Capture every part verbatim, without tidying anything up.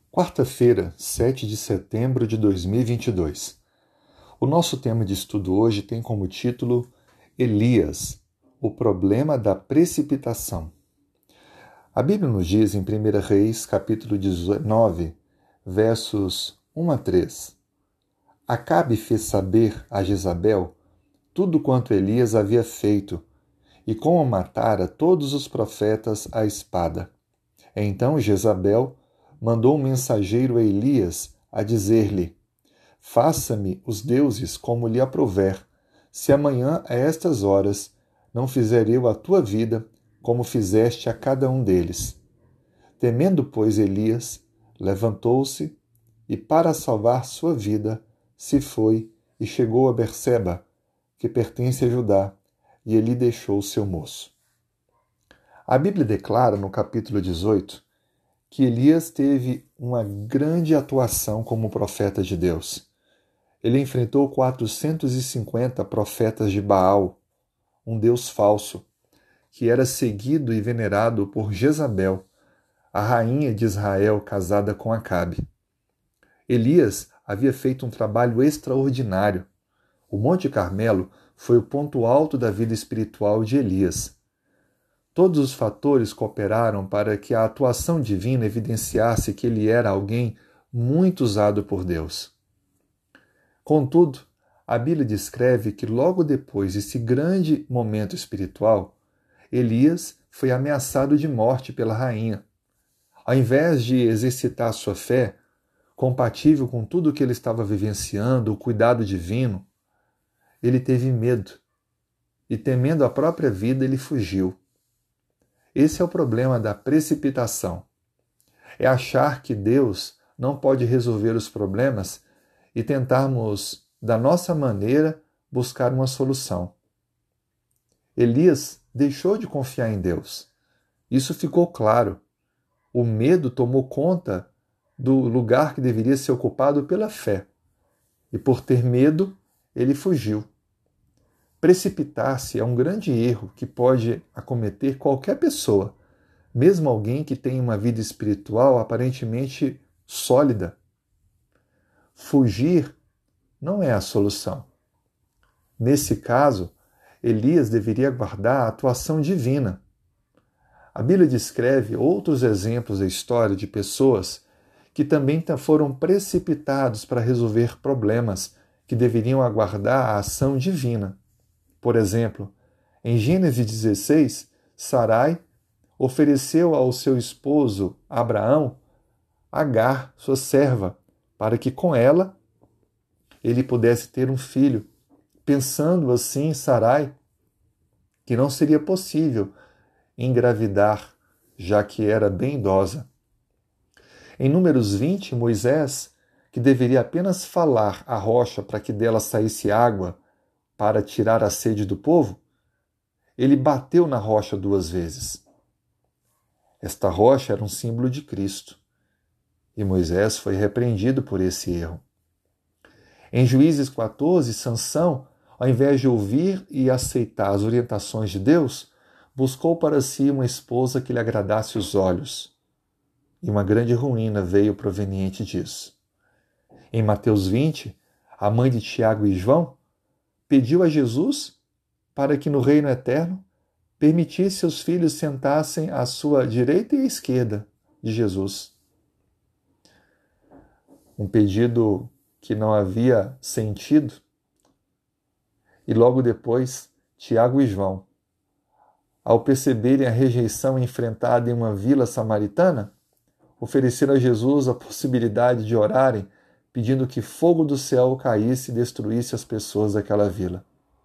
Quarta-feira, sete de setembro de dois mil e vinte e dois. O nosso tema de estudo hoje tem como título Elias, o problema da precipitação. A Bíblia nos diz em primeira Reis, capítulo dezenove, versos um a três. Acabe fez saber a Jezabel tudo quanto Elias havia feito, e como matara todos os profetas à espada. Então Jezabel mandou um mensageiro a Elias a dizer-lhe: Faça-me os deuses como lhe aprouver, se amanhã a estas horas não fizer eu a tua vida como fizeste a cada um deles. Temendo, pois, Elias, levantou-se e, para salvar sua vida, se foi e chegou a Berseba, que pertence a Judá, e ele deixou seu moço. A Bíblia declara, no capítulo dezoito, que Elias teve uma grande atuação como profeta de Deus. Ele enfrentou quatrocentos e cinquenta profetas de Baal, um deus falso, que era seguido e venerado por Jezabel, a rainha de Israel casada com Acabe. Elias havia feito um trabalho extraordinário. O Monte Carmelo foi o ponto alto da vida espiritual de Elias. Todos os fatores cooperaram para que a atuação divina evidenciasse que ele era alguém muito usado por Deus. Contudo, a Bíblia descreve que logo depois desse grande momento espiritual, Elias foi ameaçado de morte pela rainha. Ao invés de exercitar sua fé, compatível com tudo o que ele estava vivenciando, o cuidado divino, ele teve medo e, temendo a própria vida, ele fugiu. Esse é o problema da precipitação. É achar que Deus não pode resolver os problemas e tentarmos, da nossa maneira, buscar uma solução. Elias deixou de confiar em Deus. Isso ficou claro. O medo tomou conta do lugar que deveria ser ocupado pela fé. E por ter medo, ele fugiu. Precipitar-se é um grande erro que pode acometer qualquer pessoa, mesmo alguém que tem uma vida espiritual aparentemente sólida. Fugir não é a solução. Nesse caso, Elias deveria aguardar a atuação divina. A Bíblia descreve outros exemplos da história de pessoas que também foram precipitados para resolver problemas que deveriam aguardar a ação divina. Por exemplo, em Gênesis dezesseis, Sarai ofereceu ao seu esposo Abraão Agar, sua serva, para que com ela ele pudesse ter um filho, pensando assim Sarai que não seria possível engravidar, já que era bem idosa. Em Números vinte, Moisés, que deveria apenas falar à rocha para que dela saísse água para tirar a sede do povo, ele bateu na rocha duas vezes. Esta rocha era um símbolo de Cristo, e Moisés foi repreendido por esse erro. Em Juízes quatorze, Sansão, ao invés de ouvir e aceitar as orientações de Deus, buscou para si uma esposa que lhe agradasse os olhos, e uma grande ruína veio proveniente disso. Em Mateus vinte, a mãe de Tiago e João pediu a Jesus para que no reino eterno permitisse seus filhos sentassem à sua direita e à esquerda de Jesus. Um pedido que não havia sentido. E logo depois, Tiago e João, ao perceberem a rejeição enfrentada em uma vila samaritana, ofereceram a Jesus a possibilidade de orarem, pedindo que fogo do céu caísse e destruísse as pessoas daquela vila.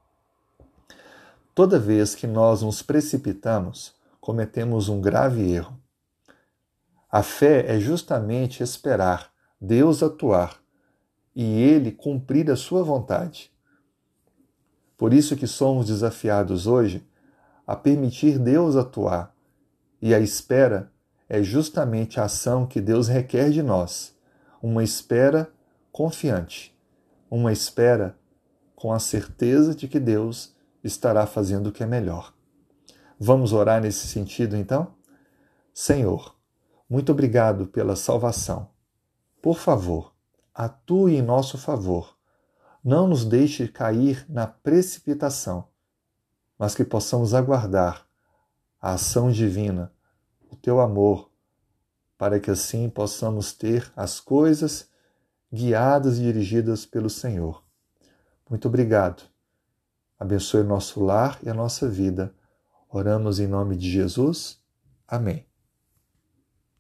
Toda vez que nós nos precipitamos, cometemos um grave erro. A fé é justamente esperar Deus atuar e Ele cumprir a sua vontade. Por isso que somos desafiados hoje a permitir Deus atuar, e a espera é justamente a ação que Deus requer de nós, uma espera confiante, uma espera com a certeza de que Deus estará fazendo o que é melhor. Vamos orar nesse sentido, então? Senhor, muito obrigado pela salvação. por favor, atue em nosso favor. Não nos deixe cair na precipitação, mas que possamos aguardar a ação divina, o teu amor, para que assim possamos ter as coisas guiadas e dirigidas pelo Senhor. Muito obrigado. Abençoe o nosso lar e a nossa vida. Oramos em nome de Jesus. Amém.